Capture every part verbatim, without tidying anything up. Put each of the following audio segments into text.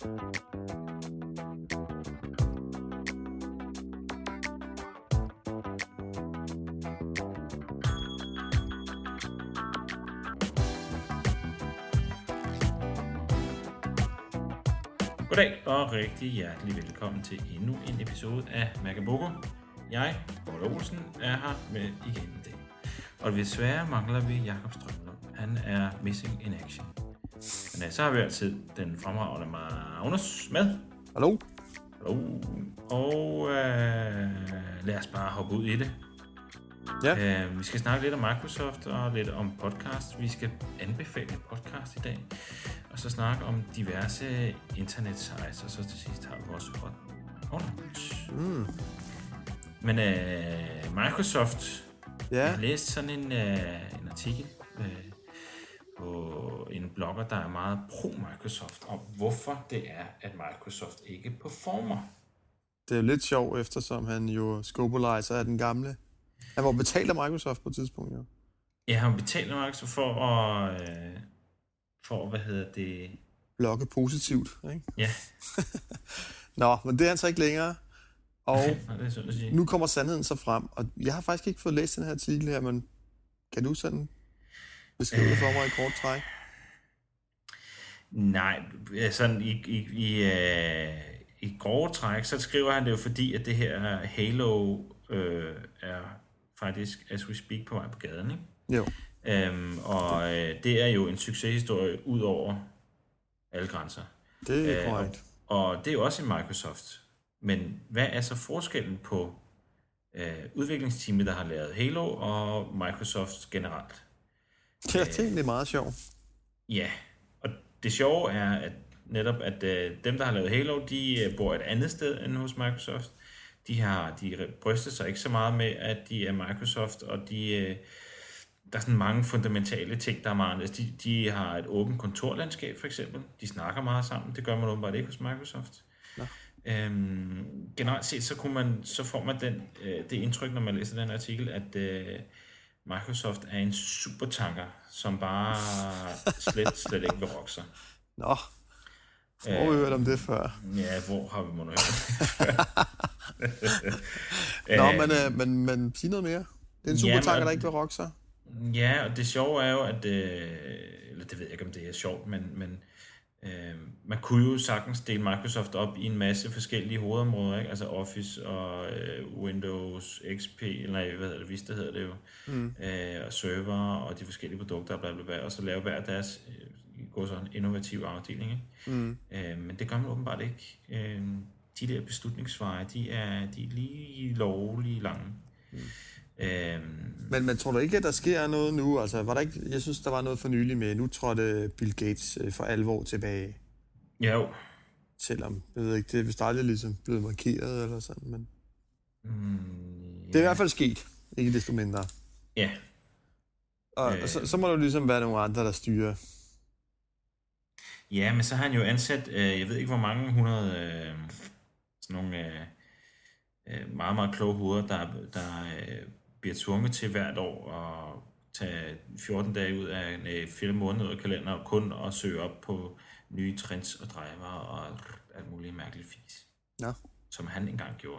Goddag og rigtig hjertelig velkommen til endnu en episode af Magaboko. Jeg, Paul Olsen, er her med igen i dag. Og desværre mangler vi Jakob Strømlund. Han er missing in action. Men så har vi altid den fremragende Magnus med. Hallo. Hallo. Og øh, lad os bare hoppe ud i det. Ja. Uh, vi skal snakke lidt om Microsoft og lidt om podcast. Vi skal anbefale en podcast i dag. Og så snakke om diverse internet-sites. Og så til sidst har vi vores hot news. Mm. Men uh, Microsoft, Ja. jeg har læst sådan en, uh, en artikel uh, på en blogger, der er meget pro-Microsoft, om hvorfor det er, at Microsoft ikke performer. Det er jo lidt sjovt, eftersom han jo Scopelizer er den gamle. Han var betalt af Microsoft på et tidspunkt, jo. Ja, han betaler Microsoft for at, uh, for hvad hedder det? Blogge positivt, ikke? Ja. Nå, men det er han så ikke længere. Og Nej, det er sådan at sige. nu kommer sandheden så frem, og jeg har faktisk ikke fået læst den her artikel her, men kan du sådan beskrive det for mig i kort træk? Nej, sådan i, i, i, uh, i grove træk, så skriver han det jo fordi, at det her Halo øh, er faktisk, as we speak, på vej på gaden, ikke? Jo. Øhm, og øh, det er jo en succeshistorie ud over alle grænser. Det er korrekt. Og, og det er jo også i Microsoft. Men hvad er så forskellen på øh, udviklingsteamet, der har lavet Halo, og Microsoft generelt? Det er egentlig meget sjovt. Ja, og det sjove er, at netop at øh, dem, der har lavet Halo, de øh, bor et andet sted end hos Microsoft. De har de bryster sig ikke så meget med, at de er Microsoft, og de, øh, der er sådan mange fundamentale ting, der er meget. De, de har et åbent kontorlandskab, for eksempel. De snakker meget sammen. Det gør man åbenbart ikke hos Microsoft. Ja. Øhm, generelt set, så, kunne man, så får man den, øh, det indtryk, når man læser den artikel, at øh, Microsoft er en supertanker, som bare slet, slet ikke vil rokke sig. Nå, hvor har vi hørt om det før? Ja, hvor har vi må hørt Nå, men, øh, men, men sig noget mere. Det er en supertanker, ja, der ikke vil rokke sig. Ja, og det sjove er jo, at øh, eller det ved jeg ikke, om det er sjovt, men, men øh, man kunne jo sagtens dele Microsoft op i en masse forskellige hovedområder, ikke? Altså Office og øh, Windows X P, eller hvad hedder det, Vista hedder det jo, mm. øh, og server og de forskellige produkter, bla bla bla, og så lave hver deres øh, gå sådan en innovativ afdeling, ikke? Mm. Øh, men det gør man åbenbart ikke. Øh, de der beslutningsveje, de er, de er lige lovlige lange. Mm. Øhm, men, men tror du ikke, at der sker noget nu? Altså, var der ikke, jeg synes, der var noget for nylig med, nu trådte Bill Gates øh, for alvor tilbage. Jo. Selvom, jeg ved ikke, det er vist aldrig ligesom blevet markeret eller sådan, men mm, ja. Det er i hvert fald sket, ikke desto mindre. Ja. Og, øh. og så, så må der jo ligesom være nogle andre, der styrer. Ja, men så har han jo ansat, øh, jeg ved ikke hvor mange hundrede, øh, sådan nogle øh, øh, meget, meget kloge hoveder, der, der øh, bliver tvunget til hvert år at tage fjorten dage ud af øh, fire måneder ud af kalenderen og kun at søge op på nye trends og driver og alt muligt mærkeligt fis. Ja. Som han engang gjorde.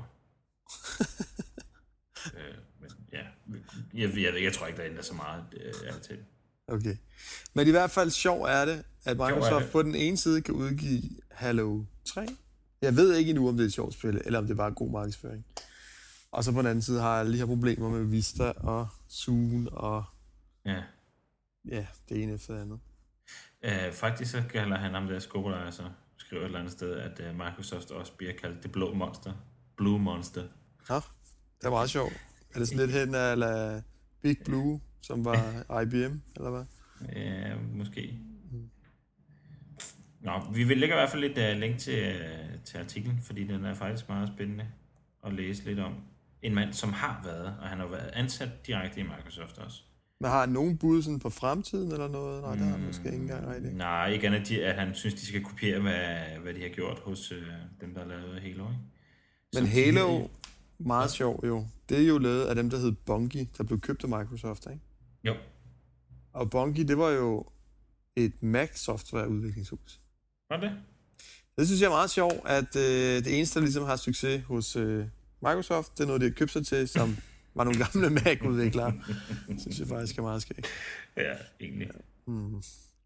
øh, men ja, jeg, jeg, jeg tror ikke, der ændrer så meget øh, til. Okay. Men i hvert fald sjov er det, at Microsoft på den ene side kan udgive Halo tre. Jeg ved ikke endnu, om det er et sjovt spil, eller om det er bare god markedsføring. Og så på den anden side har jeg lige her problemer med Vista og Zoom og ja, ja det ene efter det andet. Uh, faktisk så kalder han ham der Scopelizer, så skriver et eller andet sted, at uh, Microsoft også bliver kaldt det blå monster. Blue Monster. Ja, det er meget sjovt. Er det sådan lidt hen af Big Blue, som var I B M, eller hvad? Ja, måske. Mm. Nå, vi vil lægge i hvert fald lidt uh, link til, uh, til artiklen, fordi den er faktisk meget spændende at læse lidt om. En mand, som har været, og han har været ansat direkte i Microsoft også. Men har han nogen bud sådan på fremtiden eller noget? Nej, det har han måske ikke engang rigtigt. Nej, ikke andet, at, at han synes, de skal kopiere, hvad, hvad de har gjort hos øh, dem, der har lavet Halo. Ikke? Men Halo, de, meget ja. sjov jo, det er jo lavet af dem, der hed Bungie, der blev købt af Microsoft, ikke? Jo. Og Bungie, det var jo et Mac-software-udviklingshus. Var det? Det synes jeg er meget sjovt, at øh, det eneste, der ligesom har succes hos øh, Microsoft, det er noget, de har købt sig til, som var nogle gamle Mac-udviklere. Det synes jeg faktisk er meget skægt. Ja, egentlig. Ja. Mm.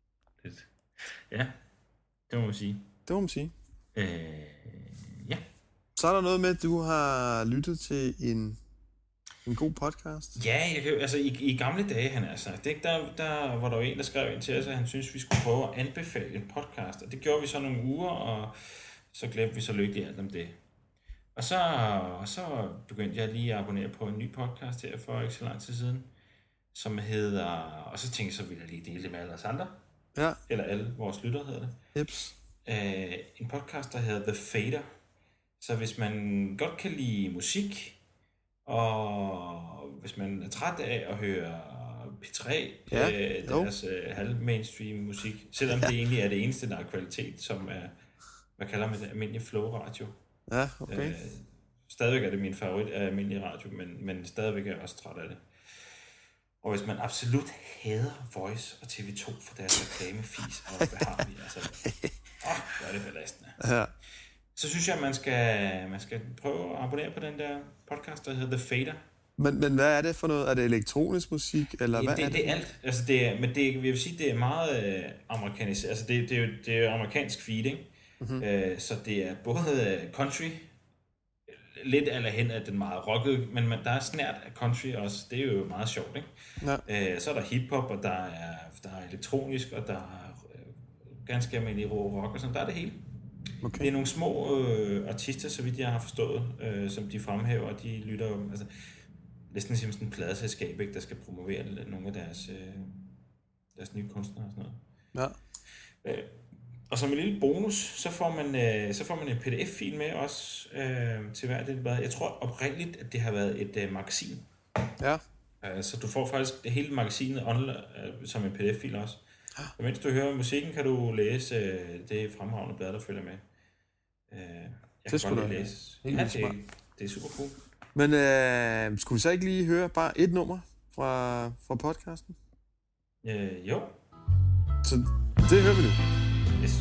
Ja, det må man sige. Det må man sige. Øh, ja. Så er der noget med, at du har lyttet til en, en god podcast. Ja, jeg kan, altså i, i gamle dage, han altså, det, der, der var der jo en, der skrev ind til os, at han synes, vi skulle prøve at anbefale en podcast. Og det gjorde vi så nogle uger, og så glemte vi så lykkeligt alt om det. Og så, så begyndte jeg lige at abonnere på en ny podcast her for ikke så lang tid siden, som hedder, og så tænkte jeg, så ville jeg lige dele det med alle os andre. Ja. Eller alle vores lyttere hedder det. Jeps. Uh, en podcast, der hedder The Fader. Så hvis man godt kan lide musik, og hvis man er træt af at høre P tre, ja, øh, deres øh, halv-mainstream musik, selvom ja. det egentlig er det eneste, der er kvalitet, som er, hvad kalder man det, almindelig flow-radio. Ja, okay. Øh, stadigvæk er det min favorit af almindelig radio, men, men stadigvæk er jeg også træt af det. Og hvis man absolut hader Voice og T V to for deres reklamefis, og hvad har vi, altså, åh, hvor er det belastende. Ja. Så synes jeg, at man skal, man skal prøve at abonnere på den der podcast, der hedder The Fader. Men, men hvad er det for noget? Er det elektronisk musik, eller ja, hvad det, er det? Det er alt. Altså det er, men det, jeg vil sige, det er meget øh, amerikaniseret. Altså det, det, er jo, det er jo amerikansk feed, ikke? Mm-hmm. Øh, så det er både country, lidt eller hen af den meget rockede, men man, der er snært af country også. Det er jo meget sjovt, ikke? Ja. Øh, så er der hiphop, og der er, der er elektronisk, og der er øh, ganske almindelig rock, og sådan. Der er det hele. Okay. Det er nogle små øh, artister, så vidt jeg har forstået, øh, som de fremhæver, og de lytter, altså næsten som sådan en pladeselskab, ikke, der skal promovere nogle af deres, øh, deres nye kunstnere og sådan noget. Ja. Øh, og som en lille bonus, så får man, øh, så får man en P D F-fil med også øh, til hver det. Jeg tror oprindeligt, at det har været et øh, magasin. Ja. Øh, så du får faktisk det hele magasinet online, øh, som en P D F-fil også. Og mens du hører musikken, kan du læse øh, det fremragende blad, der følger med. Øh, jeg det kan godt læse. Ja, det, det er super cool. Men øh, skulle vi så ikke lige høre bare et nummer fra, fra podcasten? Øh, jo. Så det hører vi nu. Yes.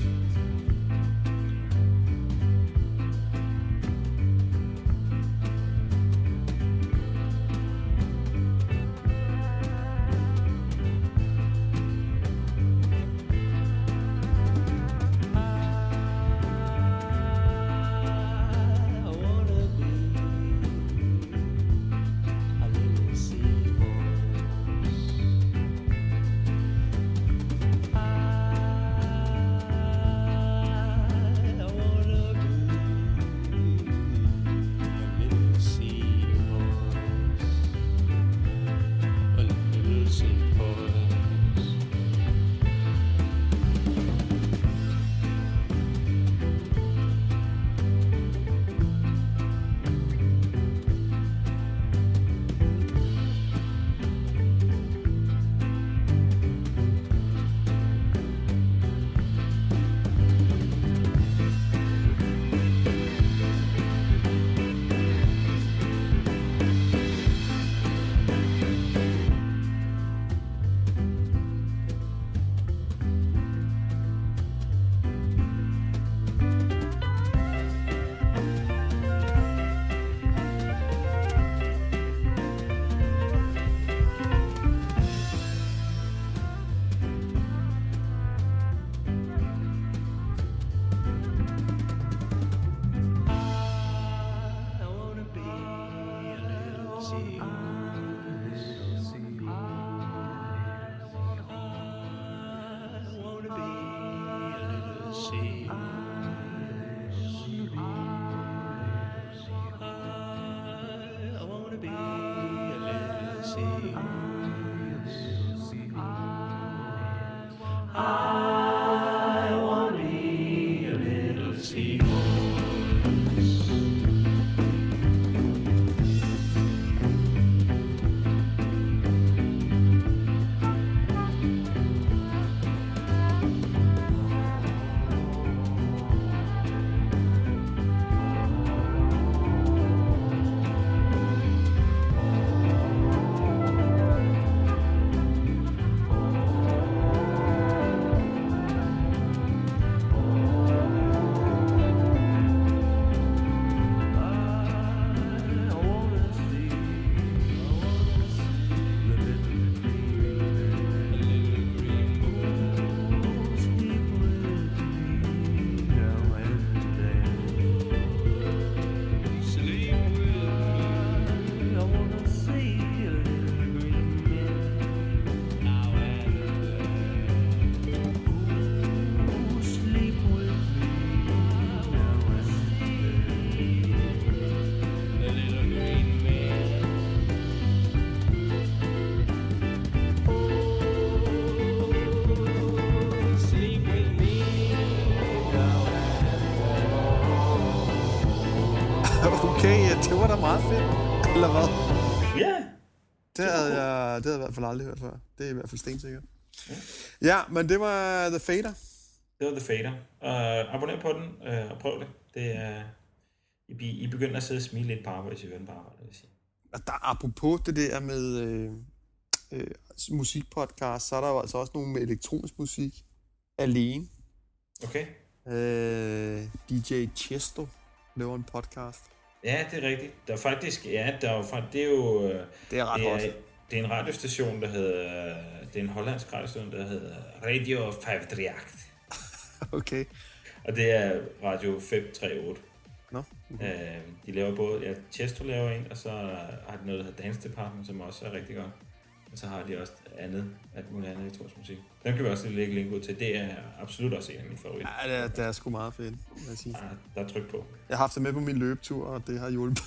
Okay, ja, det var da meget fedt. Eller hvad? Ja. Det havde jeg, det havde jeg i hvert fald aldrig hørt før. Det er i hvert fald stensikkert. Ja, ja, men det var The Fader. Det var The Fader. Uh, abonner på den uh, og prøv det. Det er... I, I begynder at sidde og smile lidt på arbejde, hvis I hører den på arbejde, vil jeg sige. Og der, apropos det der med øh, øh, musikpodcast, så er der jo altså også nogle med elektronisk musik alene. Okay. Øh, D J Chesto laver en podcast. Ja, det er rigtigt. Der er faktisk, ja, der er jo, det er jo... Det er ret det er, godt. Det er en radiostation, der hedder... Det er en hollandsk radiostation, der hedder Radio fem tre otte. Okay. Og det er Radio fem tre otte. Nå. No. Øh, de laver både... Ja, Chesto laver en, og så har de noget, der hedder Dance Department, som også er rigtig godt. Og så har de også andet, alt muligt andet elektronisk musik. Den kan vi også lægge link ud til. Det er absolut også en af mine favoritter. Ja, det er, det er sgu meget fedt, vil jeg sige. Ja, der er tryk på. Jeg har haft det med på min løbetur, og det har hjulpet.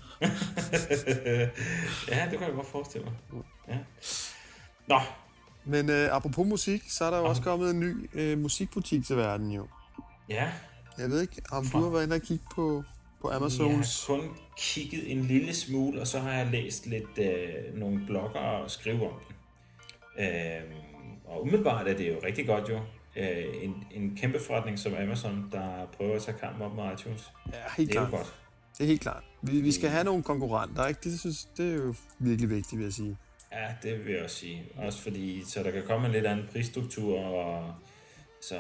Ja, det kan jeg godt forestille mig. Ja. Nå. Men øh, apropos musik, så er der jo også kommet en ny øh, musikbutik til verden, jo. Ja. Jeg ved ikke, om du har været inde og kigge på, på Amazons... Jeg har kun kigget en lille smule, og så har jeg læst lidt øh, nogle blogger og skrive om den. Øh, og umiddelbart er det jo rigtig godt jo. Øh, en, en kæmpe forretning som Amazon, der prøver at tage kamp op med iTunes. Ja, helt det er klart. jo godt. Det er helt klart. Vi, vi skal have nogle konkurrenter, ikke? Det, synes, det er jo virkelig vigtigt, vil jeg sige. Ja, det vil jeg også sige. Også fordi, så der kan komme en lidt anden prisstruktur, og så...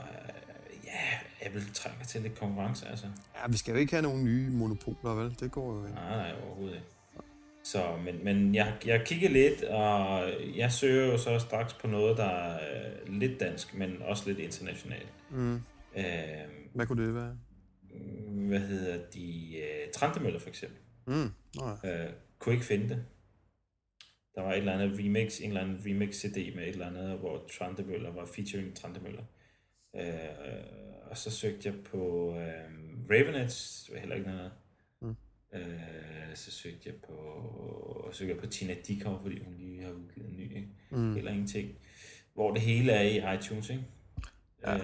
Ja, Apple trænger til lidt konkurrence, altså. Ja, vi skal jo ikke have nogen nye monopoler, vel? Det går jo ikke. Nej, nej, overhovedet ikke. Så, men, men jeg, jeg kigger lidt, og jeg søger jo så straks på noget, der er lidt dansk, men også lidt internationalt. Mm. Øh, hvad kunne det være? Hvad hedder de? Uh, Trantemøller, for eksempel. Mm. Oh, ja. uh, kunne ikke finde det. Der var et eller andet remix, en eller anden remix-C D med et eller andet, hvor Trantemøller var featuring Trantemøller. Uh, og så søgte jeg på uh, Ravenet, det var heller ikke noget. Mm. Uh, så søgte jeg på søgte jeg på Tina Dickow, fordi hun lige har udgivet en ny, ikke? Mm. Eller ingenting. Hvor det hele er i iTunes, ikke? Ja. Uh,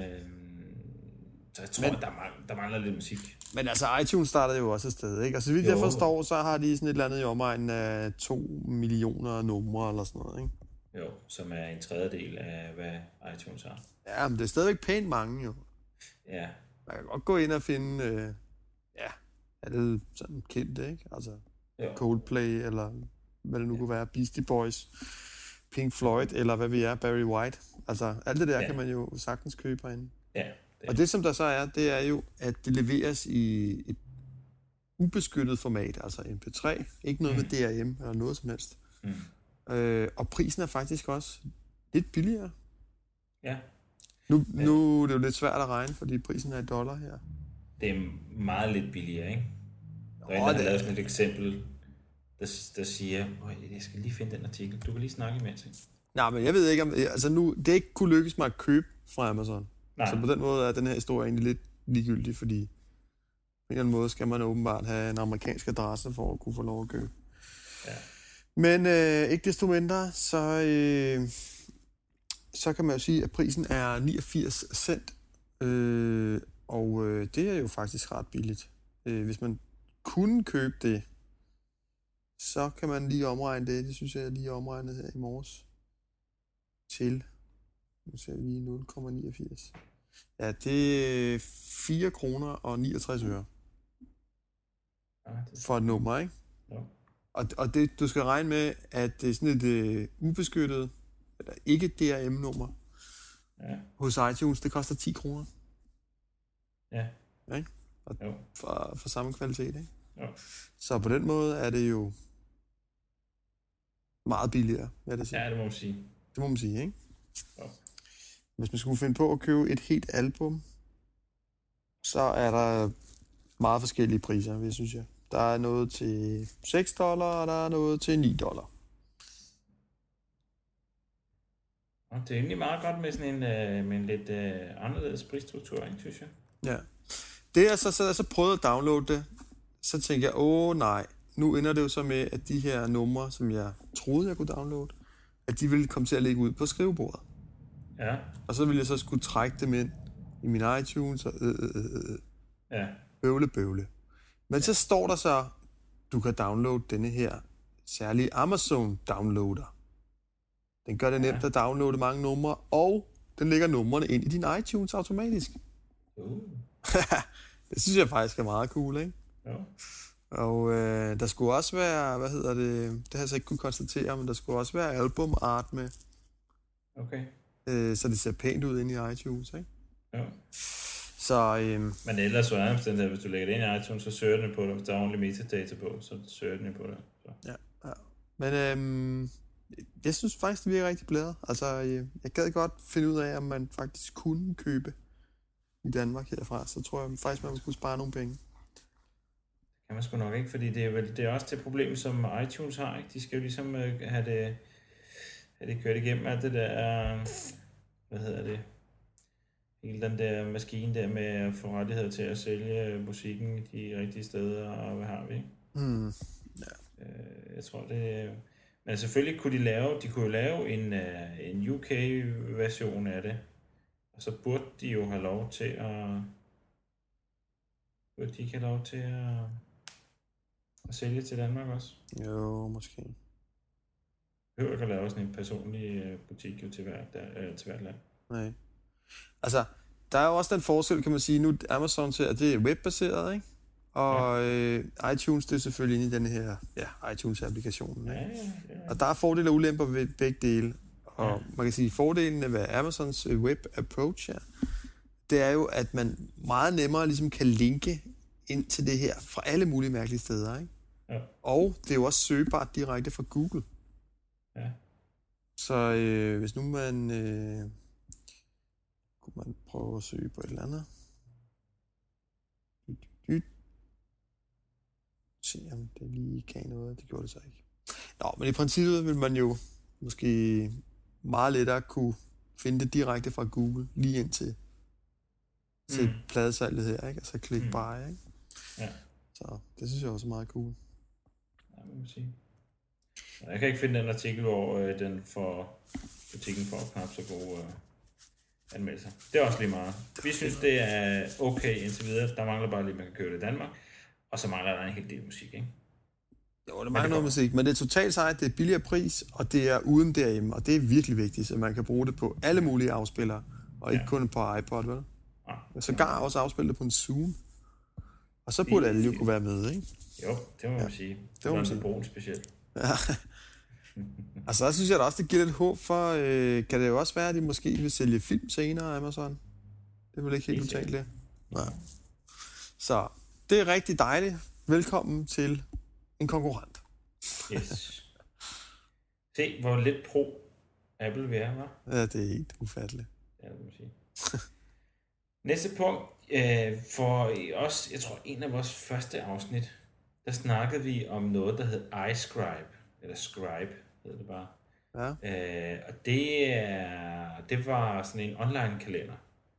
så jeg tror, men, der, mangler, der mangler lidt musik. Men altså, iTunes startede jo også et sted, ikke? Og så vidt jo. jeg forstår, så har de sådan et eller andet i omegnen af to millioner numre eller sådan noget, ikke? Jo, som er en tredjedel af, hvad iTunes har. Ja, men det er stadigvæk pænt mange, jo. Ja. Man kan godt gå ind og finde, øh, ja, er det sådan kendt, ikke? Altså, jo. Coldplay, eller hvad det nu ja. kunne være, Beastie Boys, Pink Floyd, eller hvad vi er, Barry White. Altså, alt det der ja. kan man jo sagtens købe herinde. Ja. Det. Og det, som der så er, det er jo, at det leveres i et ubeskyttet format, altså M P tre, ikke noget mm. med D R M eller noget som helst. Mm. Øh, og prisen er faktisk også lidt billigere. Ja. Nu, nu er det jo lidt svært at regne, fordi prisen er i dollar her. Det er meget lidt billigere, ikke? Der er en, der har lavet sådan et eksempel, der, der siger, jeg skal lige finde den artikel. Du kan lige snakke imens, ikke? Nej, men jeg ved ikke, om altså nu, det ikke kunne lykkes mig at købe fra Amazon. Nej. Så på den måde er den her historie egentlig lidt ligegyldig, fordi på en eller anden måde skal man åbenbart have en amerikansk adresse for at kunne få lov at købe. Ja. Men øh, ikke desto mindre, så, øh, så kan man jo sige, at prisen er niogfirs cent, øh, og øh, det er jo faktisk ret billigt. Øh, hvis man kunne købe det, så kan man lige omregne det. Det synes jeg, jeg lige omregnet her i morges til, nu ser vi lige nul komma niogfirs. Ja, det er fire kroner og niogtres øre for et nummer, ikke? Ja. Og, og det, du skal regne med, at det er sådan et uh, ubeskyttet, eller ikke D R M-nummer ja. hos iTunes. Det koster ti kroner. Ja. Ja, og jo. For, for samme kvalitet, ikke? Jo. Så på den måde er det jo meget billigere, hvad det siger. Ja, det må man sige. Det må man sige, ikke? Jo. Hvis man skulle finde på at købe et helt album, så er der meget forskellige priser, vil jeg synes jeg. Der er noget til seks dollar, og der er noget til ni dollar. Og det er egentlig meget godt med sådan en, øh, med en lidt øh, anderledes prisstruktur, ikke, synes jeg? Ja. Det er så, så, jeg så prøvede at downloade det, så tænkte jeg, åh nej, nu ender det jo så med, at de her numre, som jeg troede, jeg kunne downloade, at de ville komme til at ligge ud på skrivebordet. Ja. Og så ville jeg så skulle trække dem ind i min iTunes og øh, øh, øh, ja. bøvle, bøvle. Men så står der så, du kan downloade denne her særlige Amazon-downloader. Den gør det nemt ja. at downloade mange numre, og den lægger numrene ind i din iTunes automatisk. Uh. Det synes jeg faktisk er meget cool, ikke? Ja. Og øh, der skulle også være, hvad hedder det, det har jeg så ikke kunne konstatere, men der skulle også være album art med. Okay. Øh, så det ser pænt ud inde i iTunes, ikke? Ja. Så, øh, men ellers så er det, hvis du lægger det ind i iTunes, så søger den på det. Hvis der er ordentligt metadata på, så søger den på det. Så. Ja, ja. Men øh, jeg synes faktisk, det virker rigtig blæret. Altså, øh, jeg gad godt finde ud af, om man faktisk kunne købe i Danmark herfra. Så tror jeg faktisk, man skulle spare nogle penge. Det kan man sgu nok ikke, fordi det er, vel, det er også det problem, som iTunes har, ikke? De skal jo ligesom øh, have, det, have det kørt igennem alt det der, øh, hvad hedder det, hele den der maskine der med at få rettighed til at sælge musikken de rigtige steder, og hvad har vi, ikke? Mm. Ja. Øh, jeg tror det, men selvfølgelig kunne de lave, de kunne jo lave en, uh, en U K-version af det, og så burde de jo have lov til at, burde de ikke have lov til at, at sælge til Danmark også? Jo, måske. Det behøver ikke at lave sådan en personlig butik jo til hvert, der, til hvert land. Nej. Altså, der er jo også den forskel, kan man sige, nu Amazon til, at det er webbaseret, ikke? Og ja. øh, iTunes, det er selvfølgelig inde i den her ja, iTunes-applikationen, ikke? Ja, ja, ja. Og der er fordele og ulemper ved begge dele. Og ja. man kan sige, fordelen ved Amazons web approach her, det er jo, at man meget nemmere ligesom kan linke ind til det her fra alle mulige mærkelige steder, ikke? Ja. Og det er jo også søgbart direkte fra Google. Ja. Så øh, hvis nu man... Øh, kunne man prøve at søge på et eller andet. Se om det lige kan noget. Det gjorde det så ikke. Nå, men i princippet vil man jo måske meget lettere kunne finde det direkte fra Google lige ind til, til mm. pladesalget her, ikke? Altså klik mm. bare, ikke? Ja. Så det synes jeg også er meget cool. Ja, må man sige. Jeg kan ikke finde den artikel, hvor øh, den får butikken får knap så gode øh, anmeldelser. Det er også lige meget. Vi synes, det er okay indtil videre. Der mangler bare lige, man kan købe det i Danmark. Og så mangler der en hel del musik, ikke? Jo, det mangler noget musik, men det er totalt sejt, det er billigere pris, og det er uden derhjemme, og det er virkelig vigtigt, så man kan bruge det på alle mulige afspillere, og ikke ja. kun på iPod, vel? Ja. Så gar også afspille det på en Zoom. Og så burde det... alle jo kunne være med, ikke? Jo, det må man ja. sige. Det må man sige. Brugen specielt. Ja. Og så synes jeg da også, det giver lidt håb for, øh, kan det jo også være, at de måske vil sælge film senere, Amazon? Det er vel ikke helt totalt det. Nej. Så det er rigtig dejligt. Velkommen til en konkurrent. Yes. Se, hvor lidt pro Apple vi er, hva'? Ja, det er helt ufatteligt. Ja, det må man sige. Næste punkt. Øh, for os, jeg tror, en af vores første afsnit, der snakkede vi om noget, der hed iScribe. Eller Scribe, hedder det bare. Ja. Øh, og det, er, det var sådan en online-kalender,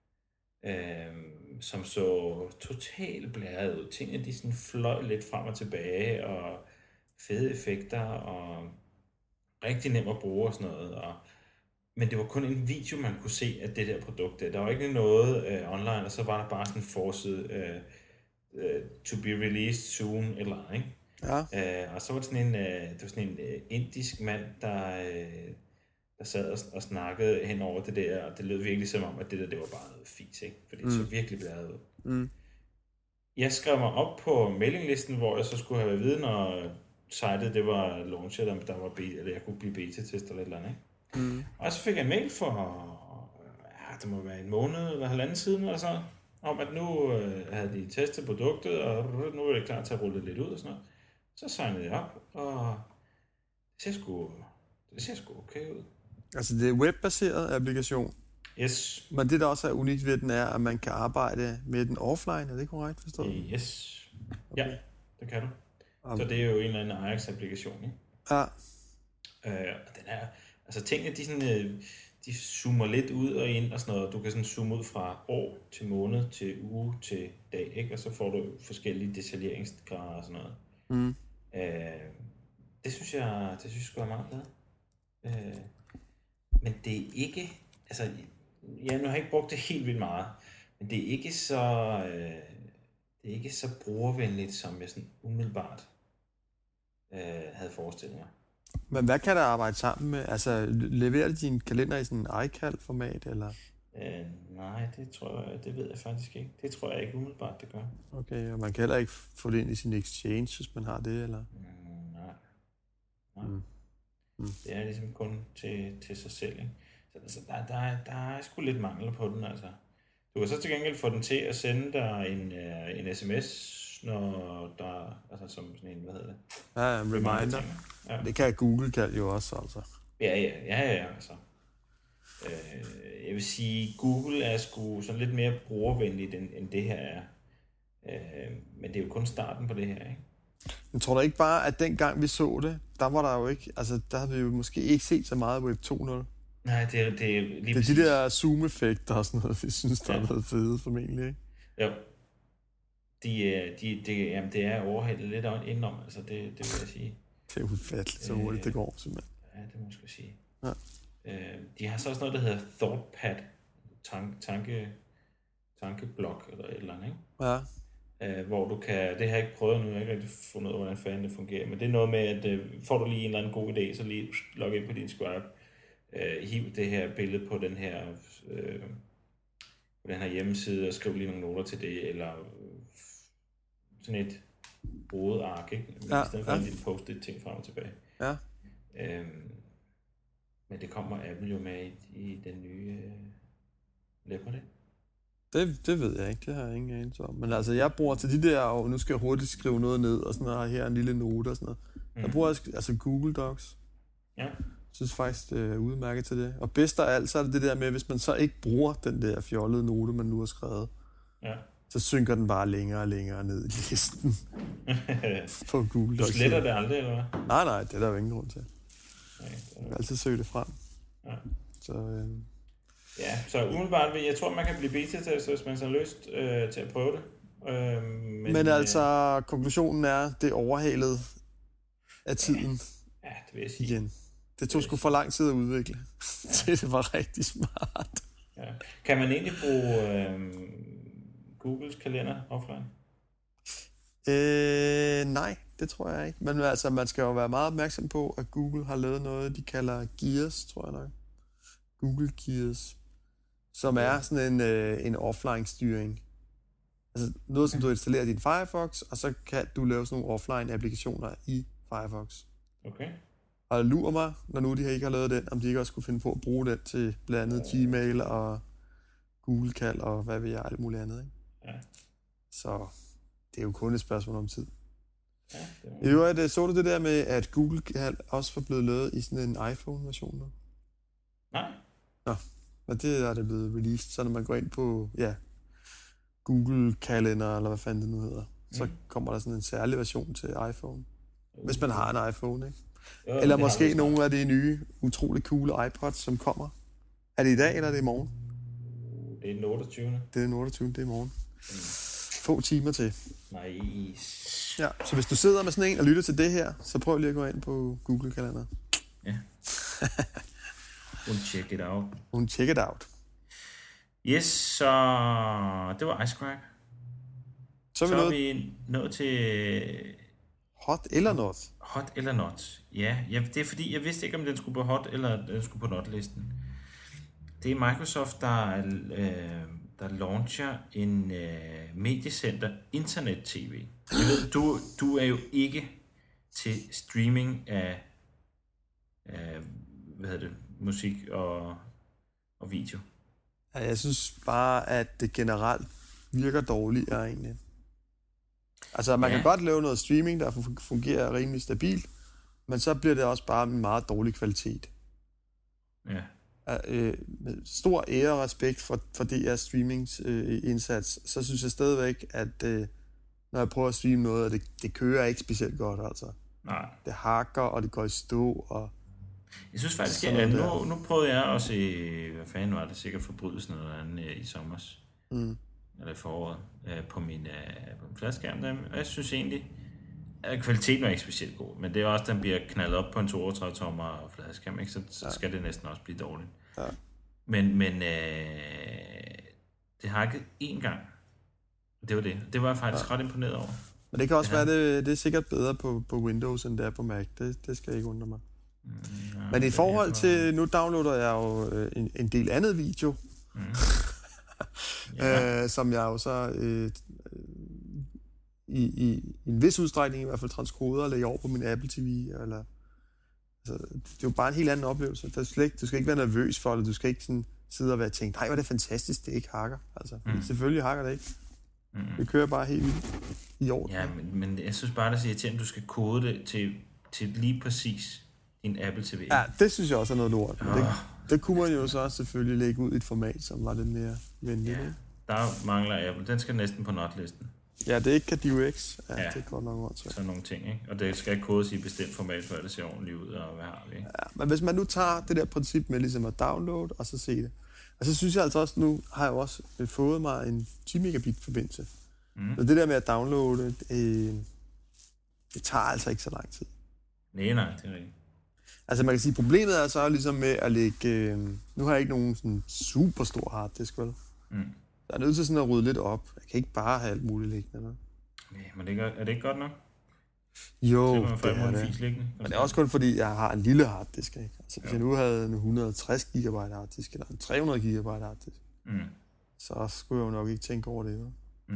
øh, som så totalt blæret ud. Tingene, de sådan fløj lidt frem og tilbage, og fede effekter, og rigtig nemt at bruge og sådan noget. Og, men det var kun en video, man kunne se af det der produkt. Der var ikke noget øh, online, og så var der bare sådan en forside, øh, øh, to be released soon, eller ikke? Ja. Øh, og så var det sådan en, øh, det var sådan en øh, indisk mand, der, øh, der sad og, og snakkede hen over det der, og det lød virkelig som om, at det der, det var bare noget fis, ikke? Fordi det mm. så virkelig blæret ud. Mm. Jeg skrev mig op på mailinglisten, hvor jeg så skulle have viden, og sitet, det var launchet, der, der var be- eller jeg kunne blive beta-test eller et eller andet, ikke? Mm. Og så fik jeg en mail for, ja, det må være en måned eller halvanden siden, eller sådan, om at nu øh, havde de testet produktet, og nu er det klar til at rulle det lidt ud og sådan noget. Så signede jeg op, og det ser sgu, det ser sgu okay ud. Altså det er webbaseret applikation? Yes. Men det der også er unikt ved den er, at man kan arbejde med den offline, er det korrekt forstået? Yes. Okay. Ja, det kan du. Um. Så det er jo en eller anden Ajax-applikation, ikke? Ja. Øh, og den er, altså tingene, de, sådan, de zoomer lidt ud og ind og sådan noget. Du kan sådan zoome ud fra år til måned, til uge, til dag, ikke? Og så får du forskellige detaljeringsgrader og sådan noget. Mm. Øh, det synes jeg, det synes jeg sgu er meget glad. Øh, men det er ikke, altså, jeg nu har ikke brugt det helt vildt meget, men det er ikke så, øh, det er ikke så brugervenligt, som jeg sådan umiddelbart øh, havde forestillet mig. Men hvad kan der arbejde sammen med? Altså, leverer det din kalender i sådan en iCal-format, eller? Øh, nej, det tror jeg, det ved jeg faktisk ikke. Det tror jeg ikke umiddelbart, det gør. Okay, og man kan heller ikke få det ind i sin Exchange, hvis man har det, eller? Mm, nej. nej. Mm. Mm. Det er ligesom kun til, til sig selv, ikke? Så altså, der, der, er, der er sgu lidt mangel på den, altså. Du kan så til gengæld få den til at sende dig en, uh, en sms, når der, altså som sådan en, hvad hedder det? Ja, en reminder. Ja. Det kan Google kan jo også, altså. Ja, ja, ja, ja, altså. Øh, jeg vil sige, Google er sgu sådan lidt mere brugervenligt, end, end det her er. Øh, men det er jo kun starten på det her, ikke? Men tror du ikke bare, at dengang vi så det, der var der jo ikke, altså der havde vi jo måske ikke set så meget Web to punkt nul. Nej, det er, det er lige det er de der zoom-effekter og sådan noget, vi synes, der ja. har været fede formentlig, ikke? Jo. De, de, de, jamen, det er overhældet lidt indenom, altså det, det vil jeg sige. Det er ufatteligt, så hurtigt øh, det går, simpelthen. Ja, det må jeg sgu sige. Ja. Øh, de har så også noget, der hedder ThoughtPad, tank, tanke, tankeblok eller et eller andet, ikke? Ja. Øh, hvor du kan, det har jeg ikke prøvet nu, jeg har ikke rigtig fundet ud af, hvordan fanden det fungerer, men det er noget med, at øh, får du lige en eller anden god idé, så lige log ind på din Scribe, øh, hiv det her billede på den her, øh, på den her hjemmeside, og skriv lige nogle noter til det, eller øh, sådan et rodeark, ikke? Ja, I stedet for ja. en lille post-it ting frem og tilbage. Ja. Øh, men det kommer Apple jo med i, i den nye øh, Leopard, ikke? Det, det ved jeg ikke, det har jeg ingen anelse om. Men altså, jeg bruger til de der, og nu skal jeg hurtigt skrive noget ned, og sådan noget, her en lille note og sådan noget. Mm. Jeg bruger altså Google Docs. Ja. Jeg synes faktisk, det er udmærket til det. Og bedst af alt, så er det det der med, hvis man så ikke bruger den der fjollede note, man nu har skrevet, ja. så synker den bare længere og længere ned i listen på Google Docs. Du sletter det aldrig, eller hvad? Nej, nej, det er der jo ingen grund til. Nej, jeg kan altid søge det frem. Ja. Så... Øh... Ja, så umiddelbart, jeg tror, man kan blive beta-testet, hvis man har lyst øh, til at prøve det. Øh, men, men altså, øh, konklusionen er, det er overhalet af tiden. Ja, ja det vil jeg sige. Igen. Det tog sgu for lang tid at udvikle. Ja. Det var rigtig smart. Ja. Kan man egentlig bruge øh, Googles kalender offline? Øh, nej, det tror jeg ikke. Men altså, man skal jo være meget opmærksom på, at Google har lavet noget, de kalder Gears, tror jeg nok. Google Gears. Som er sådan en, øh, en offline-styring. Altså noget, som du installerer i din Firefox, og så kan du lave sådan nogle offline-applikationer i Firefox. Okay. Og det lurer mig, når nu de ikke har lavet den, om de ikke også kunne finde på at bruge den til blandt andet Gmail og Google-kald og hvad ved jeg, alt muligt andet, ikke? Ja. Så det er jo kun et spørgsmål om tid. Ja, I øvrigt, så du det der med, at Google-kald også var blevet lavet i sådan en iPhone-version nu? Nej. Nå, men det er det blevet released, så når man går ind på, ja, Google Calendar, eller hvad fanden det nu hedder, mm. så kommer der sådan en særlig version til iPhone. Okay. Hvis man har en iPhone, ikke? Jo, eller måske nogle af de nye, utrolig cool iPods, som kommer. Er det i dag, eller er det i morgen? Det er den otteogtyvende. Det er den otteogtyvende, det er i morgen. Mm. Få timer til. Nej. Ja, så hvis du sidder med sådan en og lytter til det her, så prøv lige at gå ind på Google Calendar. Ja. Hun check it out. Hun check it out. Yes, så det var Ice Crack. Så er vi, så er nået... vi nået til... Hot eller not? Hot eller not, ja. ja. Det er fordi, jeg vidste ikke, om den skulle på hot eller den skulle på not-listen. Det er Microsoft, der, øh, der launcher en øh, mediecenter internet-tv. Jeg ved, du, du er jo ikke til streaming af, af hvad hedder det, musik og, og video. Ja, jeg synes bare, at det generelt virker dårligere egentlig. Altså, man ja. kan godt lave noget streaming, der fungerer rimelig stabilt, men så bliver det også bare en meget dårlig kvalitet. Ja. Øh, med stor ære og respekt for, for D R's streamingsindsats, øh, så synes jeg stadigvæk, at øh, når jeg prøver at streame noget, det, det kører ikke specielt godt, altså. Nej. Det hakker, og det går i stå, og... Jeg synes faktisk, at nu, nu prøvede jeg også i, hvad fanden var det, sikkert Forbrydelsen eller andet i sommers, mm. eller i foråret, øh, på min, øh, på min fladskærm der, og jeg synes egentlig, at kvaliteten var ikke specielt god, men det er også, at den bliver knaldet op på en toogtredive tommer fladskærm, ikke? Så, så ja. skal det næsten også blive dårligt. Ja. Men, men øh, det hakkede én gang, Det var det. Det var jeg faktisk ja. ret imponeret over. Men det kan også ja. være, det, det er sikkert bedre på, på Windows, end det er på Mac. Det, det skal ikke undre mig. Mm, ja, Men i forhold til, nu downloader jeg jo en, en del andet video, mm. ja. øh, som jeg jo så øh, i, i, i en vis udstrækning i hvert fald transkoder og lægger over på min Apple T V. Eller, altså, det er jo bare en helt anden oplevelse. Der skal ikke, du skal ikke være nervøs for det. Du skal ikke sådan sidde og være tænkt, nej, hvor er det fantastisk, det ikke hakker. Altså, mm. Selvfølgelig hakker det ikke. Mm. Det kører bare helt vildt i orden. Ja, men, men jeg synes bare, det er irriterende, at du skal kode det til, til lige præcis din Apple T V. Ja, det synes jeg også er noget lort. Oh. Det, det kunne man jo så selvfølgelig lægge ud i et format, som var lidt mere venligt. Ja, der mangler Apple. Den skal næsten på notlisten. Ja, det er ikke CadioX. Ja, ja, det er godt nok ord, tror jeg. Sådan nogle ting, ikke? Og det skal ikke kodes i et bestemt format, for at det ser ordentligt ud, og hvad har vi, ikke? Ja, men hvis man nu tager det der princip med ligesom at downloade, og så se det. Og så synes jeg altså også, nu har jeg også fået mig en ti megabit forbindelse. Mm. Så det der med at downloade, øh, det tager altså ikke så lang tid. Nej, nej, det er rigtigt. Altså man kan sige, problemet er så ligesom med at lægge... Øh, nu har jeg ikke nogen sådan super stor harddisk, vel? Mm. Jeg er nødt til sådan at rydde lidt op. Jeg kan ikke bare have alt muligt liggende. Nej, men det er, er det ikke godt nok? Jo, det er det. Men det er også kun fordi, jeg har en lille harddisk, ikke? Altså hvis jo. jeg nu havde en et hundrede og tres gigabyte harddisk, eller en tre hundrede gigabyte harddisk, mm. så skulle jeg jo nok ikke tænke over det, vel? Mm.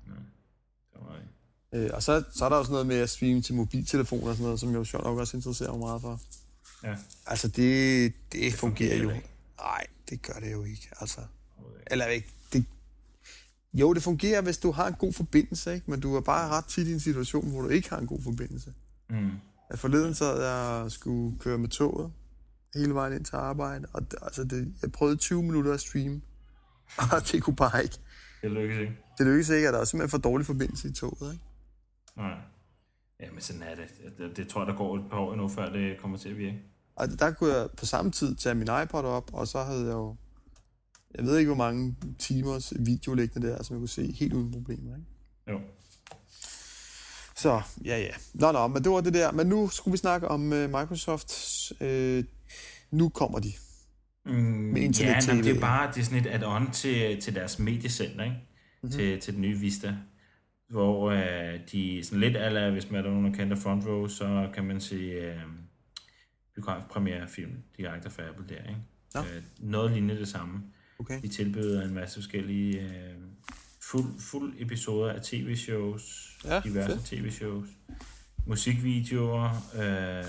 Øh, og så, så er der også noget med at streame til mobiltelefoner og sådan noget, som jeg jo sjovt nok også interesserer mig meget for. Ja. Altså det, det, det fungerer jo. Nej, det gør det jo ikke. Altså, eller ikke. Det, jo, det fungerer, hvis du har en god forbindelse, ikke? Men du er bare ret tit i en situation, hvor du ikke har en god forbindelse. Mm. At forleden så jeg skulle køre med toget hele vejen ind til arbejde, og det, altså det, jeg prøvede tyve minutter at streame, og det kunne bare ikke. Det lykkedes ikke. Det lykkedes ikke, at der er simpelthen for dårlig forbindelse i toget, ikke? Nej. Ja, men sådan er det. det. Det tror jeg, der går et par år endnu, før det kommer til at virke. Og der kunne jeg på samme tid tage min iPod op, og så havde jeg jo, jeg ved ikke, hvor mange timers video liggende der, som jeg kunne se helt uden problemer, ikke? Jo. Så, ja, ja. Nå, nå, men det var det der. Men nu skulle vi snakke om uh, Microsoft. Uh, nu kommer de. Mm, med internet-T V. Ja, det er bare det er sådan et add-on til, til deres mediecenter, ikke? Mm-hmm. Til, til den nye Vista. Hvor uh, de sådan lidt ala, hvis man er nogen, der kender Front Row, så kan man se uh, biografpremiere-film direkte fra Apple der, ikke? Ja. Uh, noget lignende det samme. Okay. De tilbyder en masse forskellige uh, fuld, fuld episoder af tv-shows, ja, diverse fedt. tv-shows, musikvideoer, uh, hvad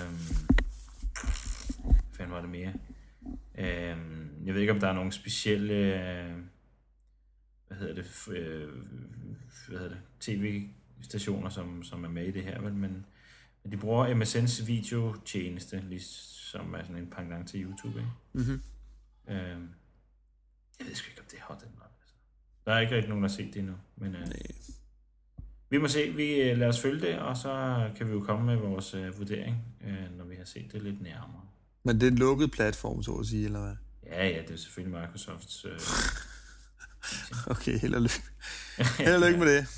fanden var det mere? Uh, jeg ved ikke, om der er nogle specielle uh, hvad hedder det, uh, hvad hedder det, tv-stationer, som, som er med i det her, vel? Men, men de bruger M S N's videotjeneste, ligesom er sådan en pendant til YouTube, ikke? Mm-hmm. Uh, jeg ved sgu ikke, om det er hot eller noget. Altså. Der er ikke rigtig nogen, der har set det endnu. Men uh, vi må se, vi uh, lader os følge det, og så kan vi jo komme med vores uh, vurdering, uh, når vi har set det lidt nærmere. Men det er en lukket platform, så at sige, eller hvad? Ja, ja, det er selvfølgelig Microsofts... Uh, okay, held og lykke. Held og lykke med det.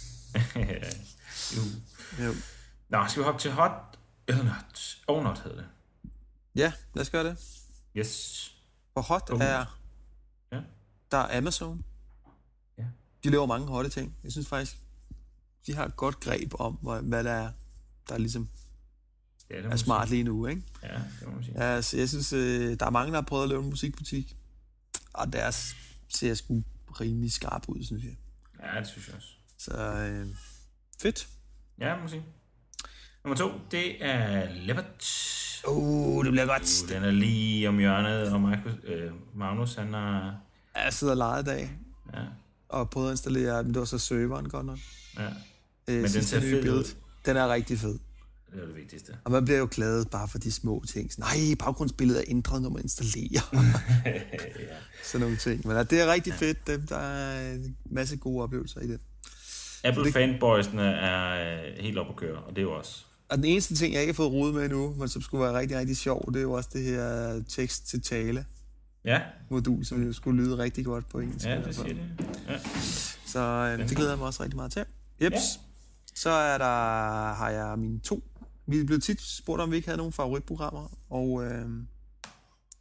jo. jo. Nå, skal vi hoppe til hot eller not? Oh, not hedder det. Ja, lad os gøre det. Yes. For hot oh, er... Ja. Der er Amazon. Ja. De laver mange hotte ting. Jeg synes faktisk, de har et godt greb om, hvad der er, der ligesom ja, er smart lige nu, ikke? Ja, det må man sige. Ja, så jeg synes, der er mange, der har prøvet at lave en musikbutik. Og deres ser sgu rimelig skarp ud, synes jeg. Ja, det synes jeg også. Så øh, fedt. Ja, må man sige. Nummer to, det er Leopard. Uh, det bliver godt. Uh, den er lige om hjørnet, og Marcus, øh, Magnus, han har... Jeg sidder og leger i dag. Ja. Og prøvede at installere, men det var så serveren godt nok. Ja. Øh, men den ser fed ud. Den er rigtig fed. Det er det vigtigste. Og man bliver jo glad bare for de små ting. Nej, baggrundsbilledet er ændret, når man installerer. ja. Sådan nogle ting. Men det er rigtig ja. fedt. Dem, der er en masse gode oplevelser i det. Apple det... fanboysene er helt op at køre, og det er jo også. Og den eneste ting, jeg ikke har fået rodet med endnu, men som skulle være rigtig, rigtig sjov, det er jo også det her tekst-til-tale. Ja. Modul, som jo skulle lyde rigtig godt på engelsk. Ja, det siger det. Ja. Så øh, det glæder jeg mig også rigtig meget til. Jeps. Ja. Så er der, har jeg mine to. Vi er blevet tit spurgt, om vi ikke havde nogle favoritprogrammer. Og øh,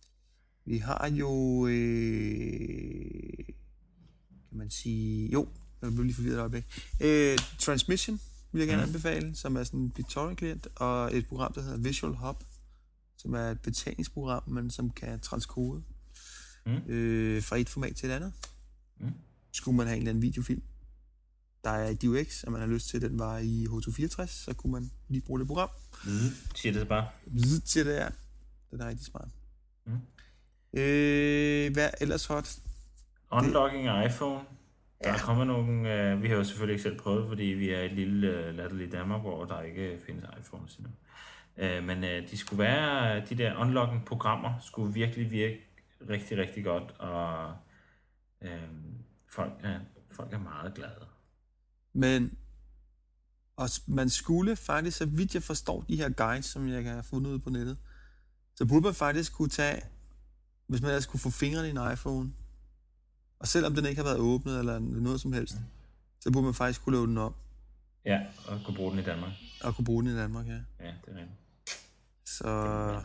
vi har jo, øh, kan man sige, jo, Jeg blev lige forvirret et øjeblik. Øh, Transmission vil jeg gerne mm. anbefale, som er sådan en BitTorrent-klient, og et program, der hedder Visual Hub, som er et betalingsprogram, men som kan transkode mm. øh, fra et format til et andet. Mm. Skulle man have en eller anden videofilm, der er i D U X, og man har lyst til, at den var i H to fireogtres, så kunne man lige bruge det program. Mm. Siger det bare. Mm, siger det, ja. Det er rigtig smart. Mm. Øh, hvad er ellers hot? Unlocking af iPhone. Der ja. er kommet nogle, øh, vi har jo selvfølgelig ikke selv prøvet, fordi vi er et lille øh, latterligt Danmark, hvor der ikke findes iPhones endnu. Øh, men øh, de skulle være, de der unlocking-programmer skulle virkelig virke rigtig, rigtig godt, og øh, folk, er, folk er meget glade. Men og man skulle faktisk, så vidt jeg forstår de her guides, som jeg har fundet ud på nettet, så burde man faktisk kunne tage, hvis man ellers kunne få fingrene i en iPhone, og selvom den ikke har været åbnet eller noget som helst, mm. så burde man faktisk kunne lave den op. Ja, og kunne bruge den i Danmark. Og kunne bruge den i Danmark, ja. Ja, det er rigtigt. Så...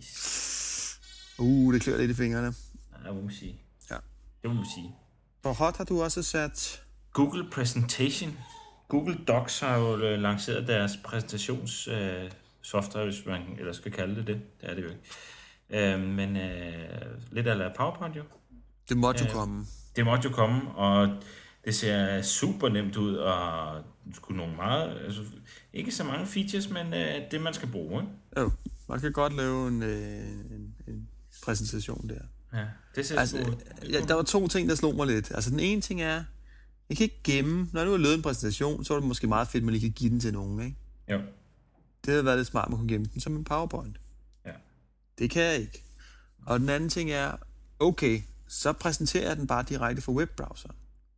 Nice. Uh, det klør lidt i fingrene. Ja, det må man sige. Ja. Det må man sige. For hot har du også sat... Google Presentation. Google Docs har jo lanceret deres præsentationssoftware, øh, hvis man ellers skal kalde det det. Det er det jo ikke. Øh, men øh, lidt af PowerPoint jo. Det måtte jo øh, komme. Det måtte jo komme, og det ser super nemt ud, og skulle nogle meget, altså ikke så mange features, men øh, det man skal bruge, ikke? Jo, man kan godt lave en, øh, en, en præsentation der. Ja, det ser altså, ud. Ja, der var to ting, der slog mig lidt. Altså den ene ting er, jeg kan ikke gemme, når du har lavet en præsentation, så er det måske meget fedt, at man lige kan give den til nogen, ikke? Jo. Det havde været lidt smart, at man kunne gemme den som en PowerPoint. Ja. Det kan jeg ikke. Og den anden ting er, okay, så præsenterer jeg den bare direkte fra webbrowser.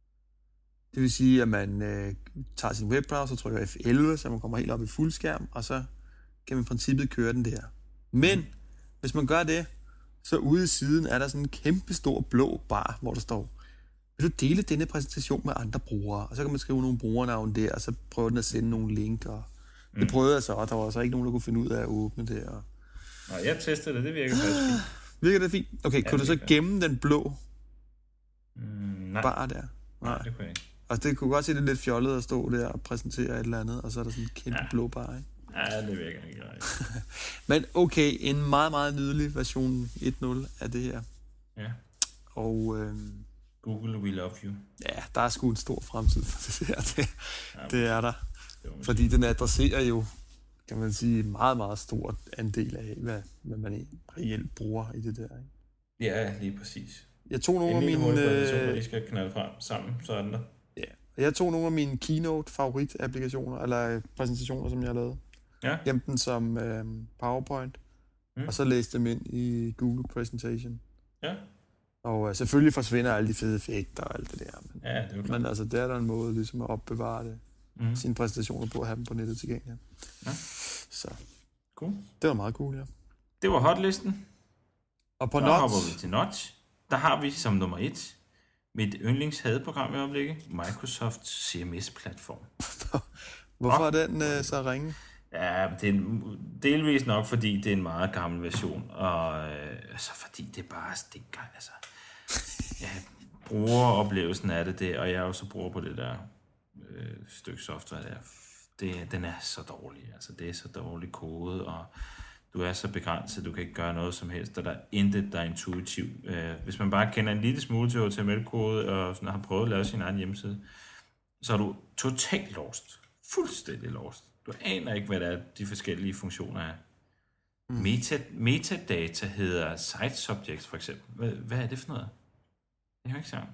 Det vil sige, at man øh, tager sin webbrowser, trykker F elleve, så man kommer helt op i fuldskærm, og så kan man i princippet køre den der. Men, mm. hvis man gør det, så ude i siden er der sådan en kæmpe stor blå bar, hvor der står, vil du dele denne præsentation med andre brugere? Og så kan man skrive nogle brugernavn der, og så prøver den at sende nogle link. Og mm. Det prøvede jeg så, og der var så ikke nogen, der kunne finde ud af at åbne det. Og... Nej, jeg testede det, det virker faktisk fint. Virker det fint? Okay, ja, kunne du så gemme den blå mm, nej. bar der? Nej. Nej, det kunne jeg ikke. Altså, det kunne godt se det lidt fjollet at stå der og præsentere et eller andet, og så er der sådan en kæmpe ja. blå bar, ikke? Ja, det virker ikke rigtigt. Men okay, en meget, meget nydelig version et nul af det her. Ja. Og... Øhm, Google, we love you. Ja, der er sgu en stor fremtid for det her. Det, ja, det er der. Det fordi den adresserer jo, kan man sige, en meget, meget stor andel af, hvad, hvad man reelt bruger i det der, ikke? Ja, lige præcis. Jeg tog nogle af mine... Øh, de skal knalde frem sammen, sådan der. Ja, jeg tog nogle af mine Keynote-favorit-applikationer, eller præsentationer, som jeg har lavet. Ja. Gemte den som øh, PowerPoint, mm. og så læste dem ind i Google Presentation. Ja. Og øh, selvfølgelig forsvinder alle de fede effekter og alt det der. Men, ja, det er jo klart. Men altså, der er der en måde ligesom at opbevare det, mm. sine præsentationer på, at have dem på nettet tilgængeligt. Ja. Så. Cool. Det var meget cool, ja. Det var hotlisten. Og på så Notch. hopper vi til Notch. Der har vi som nummer et mit yndlingshadeprogram i øjeblikket, Microsoft C M S-platform. Hvorfor er den øh, så ringe? Ja, det er en, delvis nok, fordi det er en meget gammel version, og øh, altså, fordi det bare stinker, altså. Ja, brugeroplevelsen af det, det, og jeg er jo så bruger på det der øh, stykke software der. Det, den er så dårlig, altså det er så dårlig kode, og du er så begrænset, du kan ikke gøre noget som helst, og der er intet, der er intuitivt. Øh, hvis man bare kender en lille smule til H T M L-kode, og sådan har prøvet at lave sin egen hjemmeside, så er du totalt lost. Fuldstændig lost. Du aner ikke, hvad der er, de forskellige funktioner er. Mm. Meta, metadata hedder site subjects, for eksempel. Hvad, hvad er det for noget? Jeg har ikke sagt.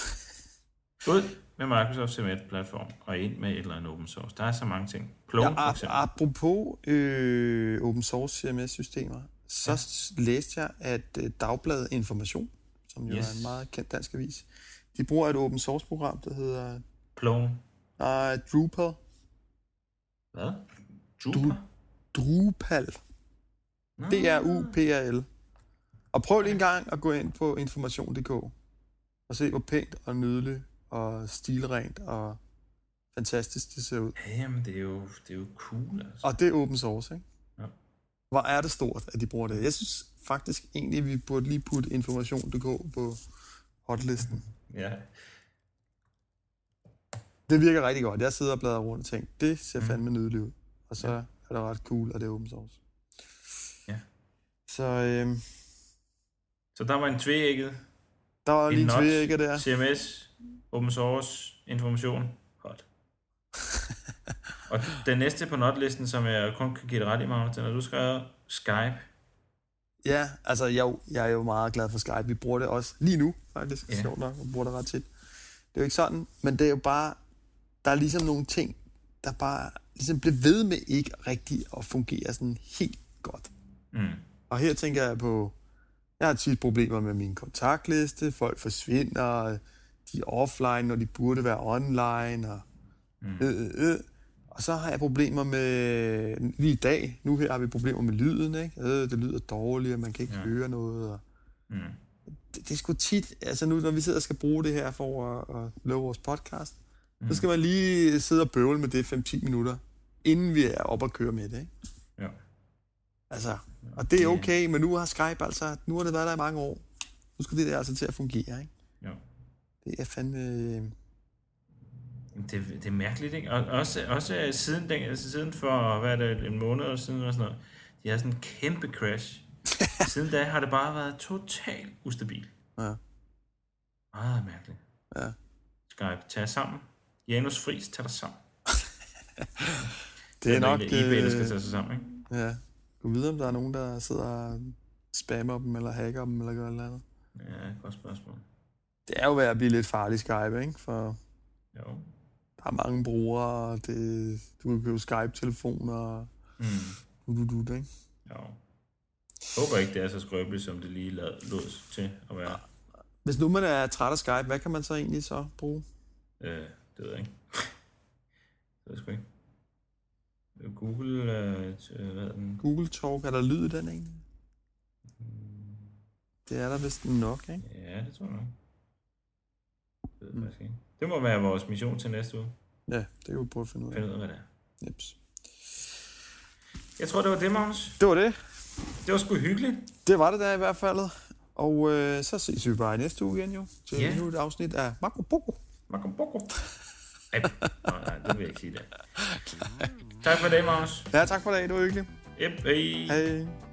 Ud med Microsoft C M S-platform, og ind med et eller andet open source. Der er så mange ting. Plone, ja, for eksempel. Apropos øh, open source C M S-systemer, så ja. læste jeg, at øh, Dagbladet Information, som jo yes. er en meget kendt dansk avis, de bruger et open source-program, der hedder... Plone. Nej, Drupal. Hvad? Drupal? Drupal. D R U P A L. Og prøv lige en gang at gå ind på information punktum d k og se, hvor pænt og nydeligt og stilrent og fantastisk det ser ud. Ja, jamen, det er jo, det er jo cool, altså. Og det er open source, ikke? Ja. Hvor er det stort, at de bruger det? Jeg synes faktisk egentlig, at vi burde lige putte information punktum d k på hotlisten. Ja. Det virker rigtig godt. Jeg sidder og bladrer rundt og tænker, det ser Mm. fandme nydeligt ud. Og så Ja. er det ret cool, og det er open source. Ja. Så øhm, Så der var en tvægget, der var en lige en notch, tvægge der. C M S, open source, information. Hot. Og den næste på notlisten, som jeg kun kan give det ret i, Magnus, den har du skrevet Skype. Ja, altså jeg, er jo- jeg er jo meget glad for Skype. Vi bruger det også lige nu, faktisk. Ja. Sjovt nok, vi bruger det ret tit. Det er jo ikke sådan, men det er jo bare, der er ligesom nogle ting, der bare ligesom bliver ved med ikke rigtigt at fungere sådan helt godt. Mm. Og her tænker jeg på, jeg har tit problemer med min kontaktliste, folk forsvinder, de er offline, når de burde være online, og Mm. øh, øh, øh. Og så har jeg problemer med, lige i dag, nu her har vi problemer med lyden, ikke? Øh, det lyder dårligt, og man kan ikke Ja. ja. høre noget. Og Mm. det, det er sgu tit, altså nu når vi sidder og skal bruge det her for at, at lave vores podcast, Mm. så skal man lige sidde og bøvle med det fem til ti minutter, inden vi er oppe og køre med det, ikke? Ja. Altså, og det er okay, men nu har Skype altså, nu har det været der i mange år. Nu skal det der altså til at fungere, ikke? Ja. Det er fandme... Det, det er mærkeligt, ikke? Og også, også siden, den, altså siden for, hvad er det, en måned siden eller sådan noget, de har sådan en kæmpe crash. Siden da har det bare været totalt ustabil. Ja. Meget mærkeligt. Ja. Skype, tag jer sammen. Janus Friis, tag dig sammen. Det er nok... eBay, der skal øh, tage sig sammen, ikke? Ja. Du ved, om der er nogen, der sidder og spammer dem, eller hacker dem, eller gør noget andet. Ja, godt spørgsmål. Det er jo ved at blive lidt farligt Skype, ikke? For Jo. der er mange brugere, og det, du kan købe Skype-telefoner, og Mm. du, du, du, ikke? Jo. Håber ikke, det er så skrøbeligt, som det lige lad, lod til at være. Hvis nu man er træt af Skype, hvad kan man så egentlig så bruge? Øh, det ved jeg ikke. Det ved jeg sgu ikke. Google, øh, t- hvad hedder den? Google Talk, er der lyd i den egentlig? Det er der vist nok, ikke? Ja, det tror jeg nok. Det ved jeg faktisk ikke. Det må være vores mission til næste uge. Ja, det kan vi prøve at finde ud af. Find ud af, hvad det er. Jeps. Jeg tror, det var det, Magnus. Det var det. Det var sgu hyggeligt. Det var det der i hvert fald. Og øh, så ses vi bare i næste uge igen jo. Til Ja. yeah. endnu et afsnit af Marco Poco. Marco Poco. Ej, nej, det vil jeg ikke sige det. Tak for det, Magnus. Ja, tak for det. Det var hyggeligt. Yep, hej. Hej.